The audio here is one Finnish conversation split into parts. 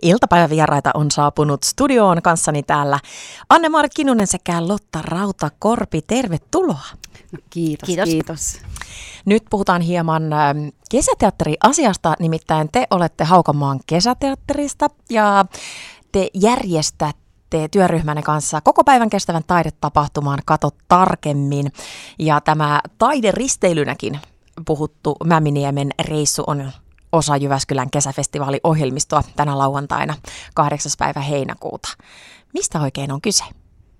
Iltapäivävieraita on saapunut studioon kanssani täällä Anne-Maarit Kinnunen sekä Lotta Rautakorpi. Tervetuloa. No, kiitos. Nyt puhutaan hieman kesäteatteriasiasta, nimittäin te olette Haukamaan kesäteatterista ja te järjestätte työryhmänne kanssa koko päivän kestävän taidetapahtumaan Kato tarkemmin. Ja tämä taideristeilynäkin puhuttu Mämminiemen reissu on osa Jyväskylän kesäfestivaaliohjelmistoa tänä lauantaina 8. päivä heinäkuuta. Mistä oikein on kyse?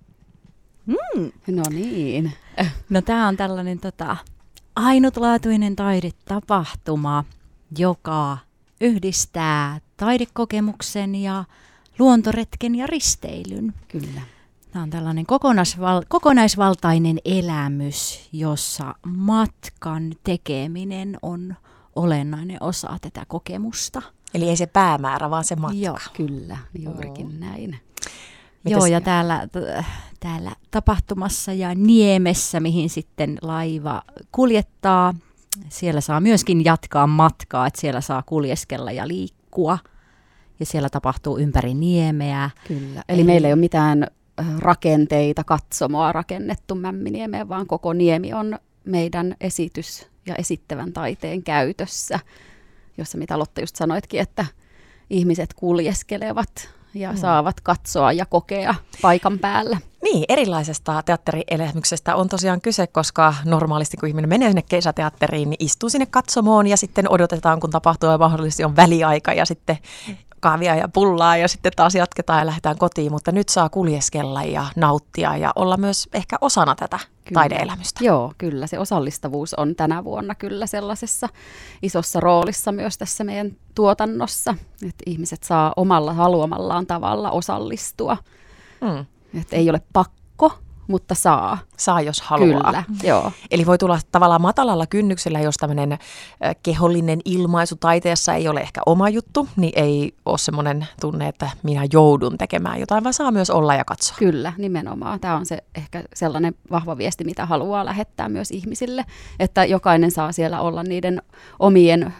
No niin. No tämä on tällainen ainutlaatuinen taidetapahtuma, joka yhdistää taidekokemuksen ja luontoretken ja risteilyn. Kyllä. Tämä on tällainen kokonaisvaltainen elämys, jossa matkan tekeminen on olennainen osa tätä kokemusta. Eli ei se päämäärä, vaan se matka. Joo. Kyllä, juurikin näin. Joo, ja täällä tapahtumassa ja Niemessä, mihin sitten laiva kuljettaa, siellä saa myöskin jatkaa matkaa, että siellä saa kuljeskella ja liikkua. Ja siellä tapahtuu ympäri Niemeä. Kyllä, eli meillä ei ole mitään rakenteita, katsomoa rakennettu Mämminiemeen, vaan koko Niemi on meidän esitys ja esittävän taiteen käytössä, jossa mitä Lotta just sanoitkin, että ihmiset kuljeskelevat ja saavat katsoa ja kokea paikan päällä. Niin, erilaisesta teatterielämyksestä on tosiaan kyse, koska normaalisti kun ihminen menee sinne kesäteatteriin, niin istuu sinne katsomoon ja sitten odotetaan, kun tapahtuu ja mahdollisesti on väliaika ja sitten kahvia ja pullaa ja sitten taas jatketaan ja lähdetään kotiin, mutta nyt saa kuljeskella ja nauttia ja olla myös ehkä osana tätä taideelämystä. Joo, kyllä se osallistavuus on tänä vuonna kyllä sellaisessa isossa roolissa myös tässä meidän tuotannossa, että ihmiset saa omalla haluamallaan tavalla osallistua. Että ei ole pakko, mutta saa. Saa, jos haluaa. Kyllä, joo. Eli voi tulla tavallaan matalalla kynnyksellä, jos tämmöinen kehollinen ilmaisu taiteessa ei ole ehkä oma juttu, niin ei ole semmoinen tunne, että minä joudun tekemään jotain, vaan saa myös olla ja katsoa. Kyllä, nimenomaan. Tämä on se ehkä sellainen vahva viesti, mitä haluaa lähettää myös ihmisille, että jokainen saa siellä olla niiden omien,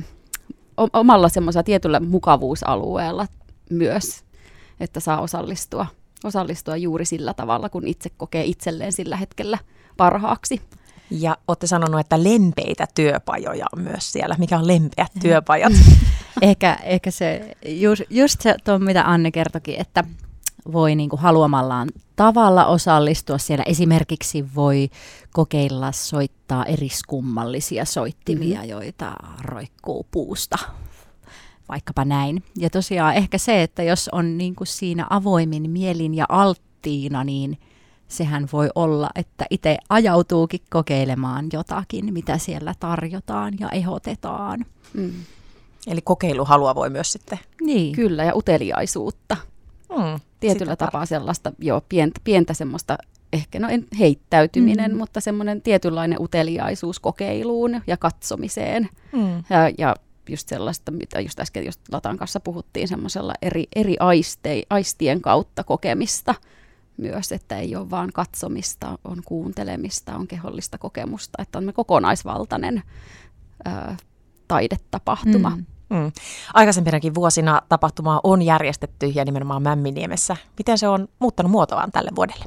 omalla semmoisella tietyllä mukavuusalueella myös, että saa osallistua juuri sillä tavalla, kun itse kokee itselleen sillä hetkellä parhaaksi. Ja olette sanonut, että lempeitä työpajoja on myös siellä. Mikä on lempeät työpajat? Ehkä se, just se, mitä Anne kertokin, että voi niinku haluamallaan tavalla osallistua siellä. Esimerkiksi voi kokeilla soittaa eriskummallisia soittimia, joita roikkuu puusta. Vaikkapa näin. Ja tosiaan ehkä se, että jos on niin kuin siinä avoimin mielin ja alttiina, niin sehän voi olla, että itse ajautuukin kokeilemaan jotakin, mitä siellä tarjotaan ja ehdotetaan. Eli kokeiluhalua voi myös sitten. Niin. Kyllä, ja uteliaisuutta. Tietyllä tapaa sellaista pientä semmoista, ehkä heittäytyminen, mutta semmoinen tietynlainen uteliaisuus kokeiluun ja katsomiseen. Ja just sellaista, mitä just äsken just Latan kanssa puhuttiin, semmoisella eri aistien kautta kokemista myös, että ei ole vaan katsomista, on kuuntelemista, on kehollista kokemusta, että on kokonaisvaltainen taidetapahtuma. Aikaisempinakin vuosina tapahtumaa on järjestetty ja nimenomaan Mämminiemessä. Miten se on muuttanut muotoaan tälle vuodelle?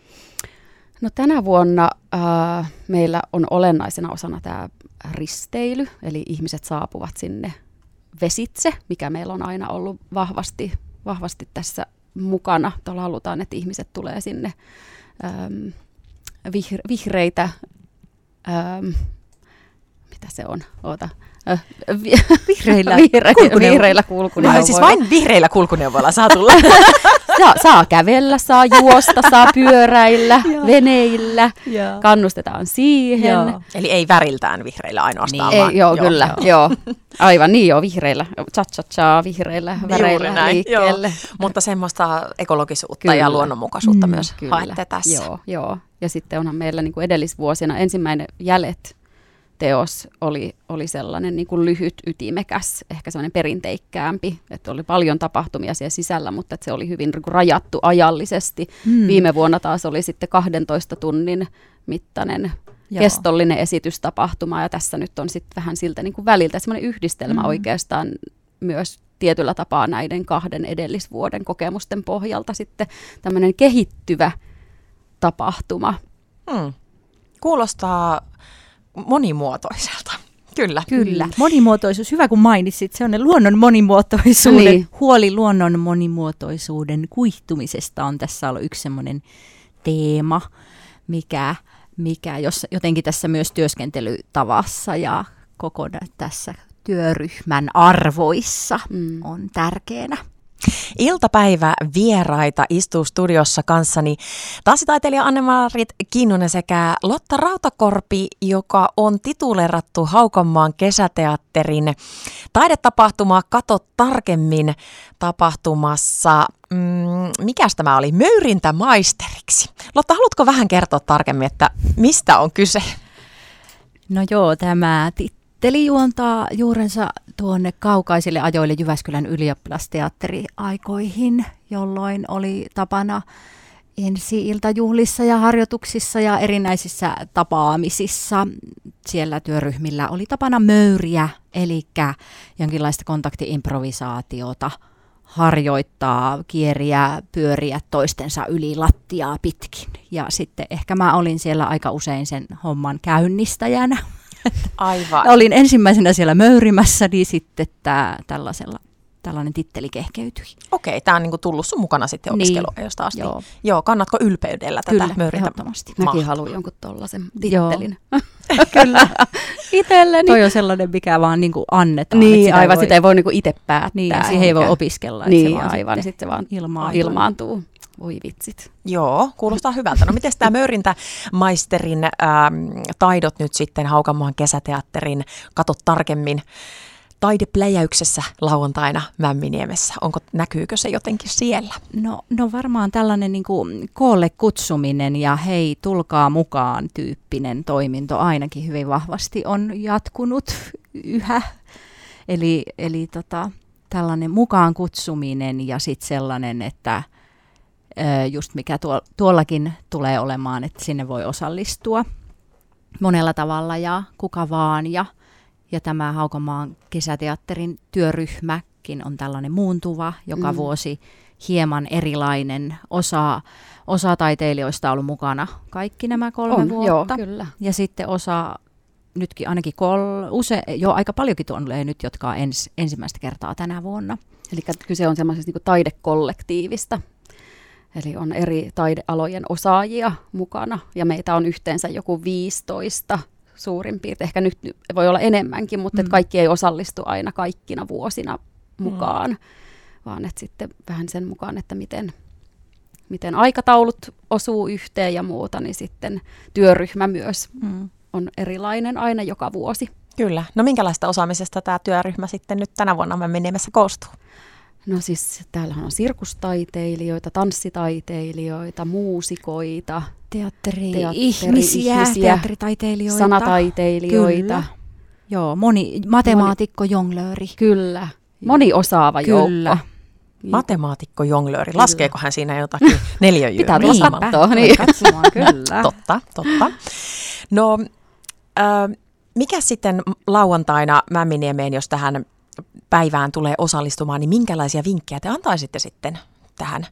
No tänä vuonna meillä on olennaisena osana tämä risteily, eli ihmiset saapuvat sinne vesitse, mikä meillä on aina ollut vahvasti tässä mukana. Tuolla halutaan, että ihmiset tulee sinne vihreitä, mitä se on? Vihreillä kulkuneuvoilla. Siis vain vihreillä kulkuneuvoilla saa tulla. Saa kävellä, saa juosta, saa pyöräillä, veneillä, kannustetaan siihen. Joo. Eli ei väriltään vihreillä ainoastaan, niin, vaan. Joo, kyllä. Joo. Aivan niin, joo, vihreillä. Cha-cha-cha, vihreillä väreillä liikkeelle. Mutta semmoista ekologisuutta ja luonnonmukaisuutta myös haette tässä. Joo. Ja sitten onhan meillä niin kuin edellisvuosina ensimmäinen Jäljet-teos oli sellainen niin kuin lyhyt, ytimekäs, ehkä sellainen perinteikkäämpi, että oli paljon tapahtumia siellä sisällä, mutta että se oli hyvin rajattu ajallisesti. Viime vuonna taas oli sitten 12 tunnin mittainen kestollinen esitystapahtuma, ja tässä nyt on sitten vähän siltä niin kuin väliltä semmoinen yhdistelmä oikeastaan myös tietyllä tapaa näiden 2 edellisvuoden kokemusten pohjalta sitten tämmöinen kehittyvä tapahtuma. Kuulostaa monimuotoiselta. Kyllä. Monimuotoisuus, hyvä kun mainitsit, se on ne luonnon monimuotoisuuden, huoli luonnon monimuotoisuuden kuihtumisesta on tässä ollut yksi semmoinen teema, mikä jotenkin tässä myös työskentelytavassa ja koko tässä työryhmän arvoissa on tärkeänä. Iltapäivä vieraita istuu studiossa kanssani tanssitaiteilija Anne-Maarit Kinnunen sekä Lotta Rautakorpi, joka on tituleerattu Haukanmaan kesäteatterin taidetapahtuma Kato tarkemmin -tapahtumassa. Mikäs tämä oli? Möyrintämaisteriksi. Lotta, haluatko vähän kertoa tarkemmin, että mistä on kyse? No joo, tämä titteli juontaa juurensa tuonne kaukaisille ajoille Jyväskylän ylioppilasteatteriaikoihin, jolloin oli tapana ensi-iltajuhlissa ja harjoituksissa ja erinäisissä tapaamisissa. Siellä työryhmillä oli tapana möyriä, eli jonkinlaista kontakti-improvisaatiota, harjoittaa, kieriä, pyöriä toistensa yli lattiaa pitkin. Ja sitten ehkä mä olin siellä aika usein sen homman käynnistäjänä. Aivan. Olin ensimmäisenä siellä möyrimässä, niin sitten tällainen titteli kehkeytyi. Okei, tämä on niinku tullut sun mukana sitten opiskeluajosta asti. Joo, kannatko ylpeydellä tätä möyrintä? Mäkin haluan jonkun tollaisen tittelin. Kyllä. Itselleni. Toi on sellainen, mikä vaan niinku annetaan. Niin, aivan, sitä ei voi niinku itse päättää. Niin, siihen ei voi opiskella. Niin, aivan, sitten se vaan ilmaantuu. Voi vitsit. Joo, kuulostaa hyvältä. No miten tämä möyrintämaisterin taidot nyt sitten Haukanmaan kesäteatterin Kato tarkemmin taidepläjäyksessä lauantaina Mämminiemessä? Näkyykö se jotenkin siellä? No varmaan tällainen niin kuin koolle kutsuminen ja hei, tulkaa mukaan -tyyppinen toiminto ainakin hyvin vahvasti on jatkunut yhä. Eli tällainen mukaan kutsuminen ja sitten sellainen, että just mikä tuollakin tulee olemaan, että sinne voi osallistua monella tavalla ja kuka vaan. Ja tämä Haukanmaan kesäteatterin työryhmäkin on tällainen muuntuva, joka vuosi hieman erilainen. Osa taiteilijoista on ollut mukana kaikki nämä 3 vuotta. Joo, kyllä. Ja sitten osa, nytkin ainakin aika paljonkin tulee nyt, jotka on ensimmäistä kertaa tänä vuonna. Eli kyse on semmoisesta niin kuin taidekollektiivista. Eli on eri taidealojen osaajia mukana ja meitä on yhteensä joku 15 suurin piirtein. Ehkä nyt voi olla enemmänkin, mutta et kaikki ei osallistu aina kaikkina vuosina mukaan, vaan että sitten vähän sen mukaan, että miten aikataulut osuu yhteen ja muuta, niin sitten työryhmä myös on erilainen aina joka vuosi. Kyllä. No minkälaista osaamisesta tämä työryhmä sitten nyt tänä vuonna Mämminiemessä koostuu? No siis täällähän on sirkustaiteilijoita, tanssitaiteilijoita, muusikoita, teatteri-ihmisiä, teatteritaiteilijoita, sanataiteilijoita. Kyllä. Joo, matemaatikko, jonglööri. Kyllä, moni osaava joukko. Matemaatikko, jonglööri. Laskeeko hän siinä jotakin neliöjyä? Pitää tulla katsoa. Niin. Katsomaan, kyllä. Totta. No, mikä sitten lauantaina Mämminiemeen, jos tähän päivään tulee osallistumaan, niin minkälaisia vinkkejä te antaisitte sitten tähän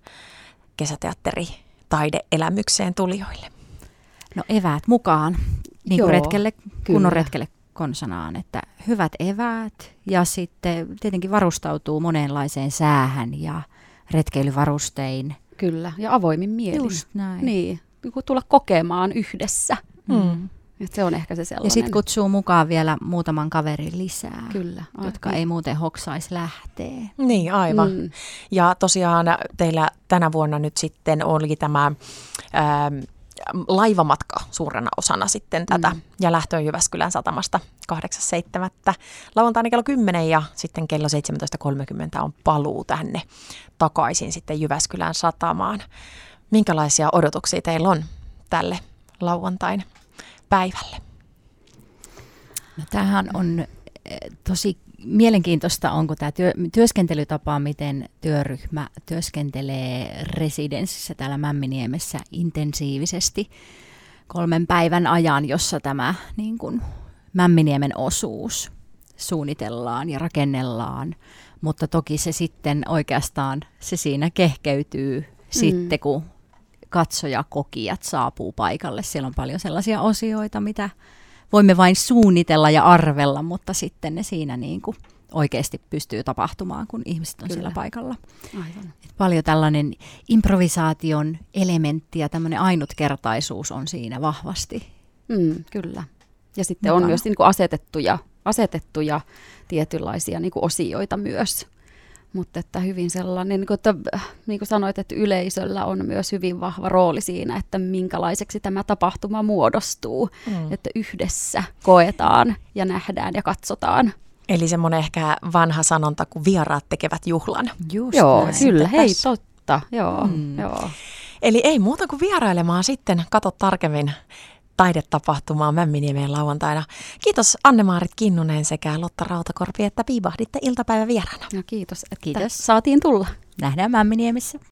kesäteatteritaideelämykseen tulijoille? No eväät mukaan, niin kuin retkelle, kunnon retkelle konsanaan, että hyvät eväät ja sitten tietenkin varustautuu monenlaiseen säähän ja retkeilyvarustein. Kyllä, ja avoimin mielin. Just näin. Niin, tulla kokemaan yhdessä. Et se on ehkä se sellainen. Ja sitten kutsuu mukaan vielä muutaman kaverin lisää, kyllä, jotka ei muuten hoksaisi lähteä. Niin, aivan. Ja tosiaan teillä tänä vuonna nyt sitten oli tämä laivamatka suurena osana sitten tätä ja lähtöön Jyväskylän satamasta 8.7. lauantaina kello 10 ja sitten kello 17.30 on paluu tänne takaisin sitten Jyväskylän satamaan. Minkälaisia odotuksia teillä on tälle lauantain päivälle? No, tämähän on tosi mielenkiintoista, onko tämä työskentelytapa, miten työryhmä työskentelee residenssissä täällä Mämminiemessä intensiivisesti 3 päivän ajan, jossa tämä niin kuin Mämminiemen osuus suunnitellaan ja rakennellaan Mutta toki se sitten oikeastaan, se siinä kehkeytyy sitten, kun katsojakokijat saapuu paikalle. Siellä on paljon sellaisia osioita, mitä voimme vain suunnitella ja arvella, mutta sitten ne siinä niin kuin oikeasti pystyy tapahtumaan, kun ihmiset on siellä paikalla. Aivan. Et paljon tällainen improvisaation elementti ja tämmöinen ainutkertaisuus on siinä vahvasti. Kyllä. Ja sitten on myös niin kuin asetettuja tietynlaisia niin kuin osioita myös. Mutta että hyvin sellainen, niin kuin sanoit, että yleisöllä on myös hyvin vahva rooli siinä, että minkälaiseksi tämä tapahtuma muodostuu. Että yhdessä koetaan ja nähdään ja katsotaan. Eli semmoinen ehkä vanha sanonta, kun vieraat tekevät juhlan. Just joo, näin. kyllä, hei totta. Joo. Eli ei muuta kuin vierailemaan sitten, katso tarkemmin taidetapahtumaa Mämminiemen lauantaina. Kiitos Anne-Maarit Kinnunen sekä Lotta Rautakorpi, että piipahditte iltapäivän vieraana. Ja kiitos, että saatiin tulla. Nähdään Mämminiemessä.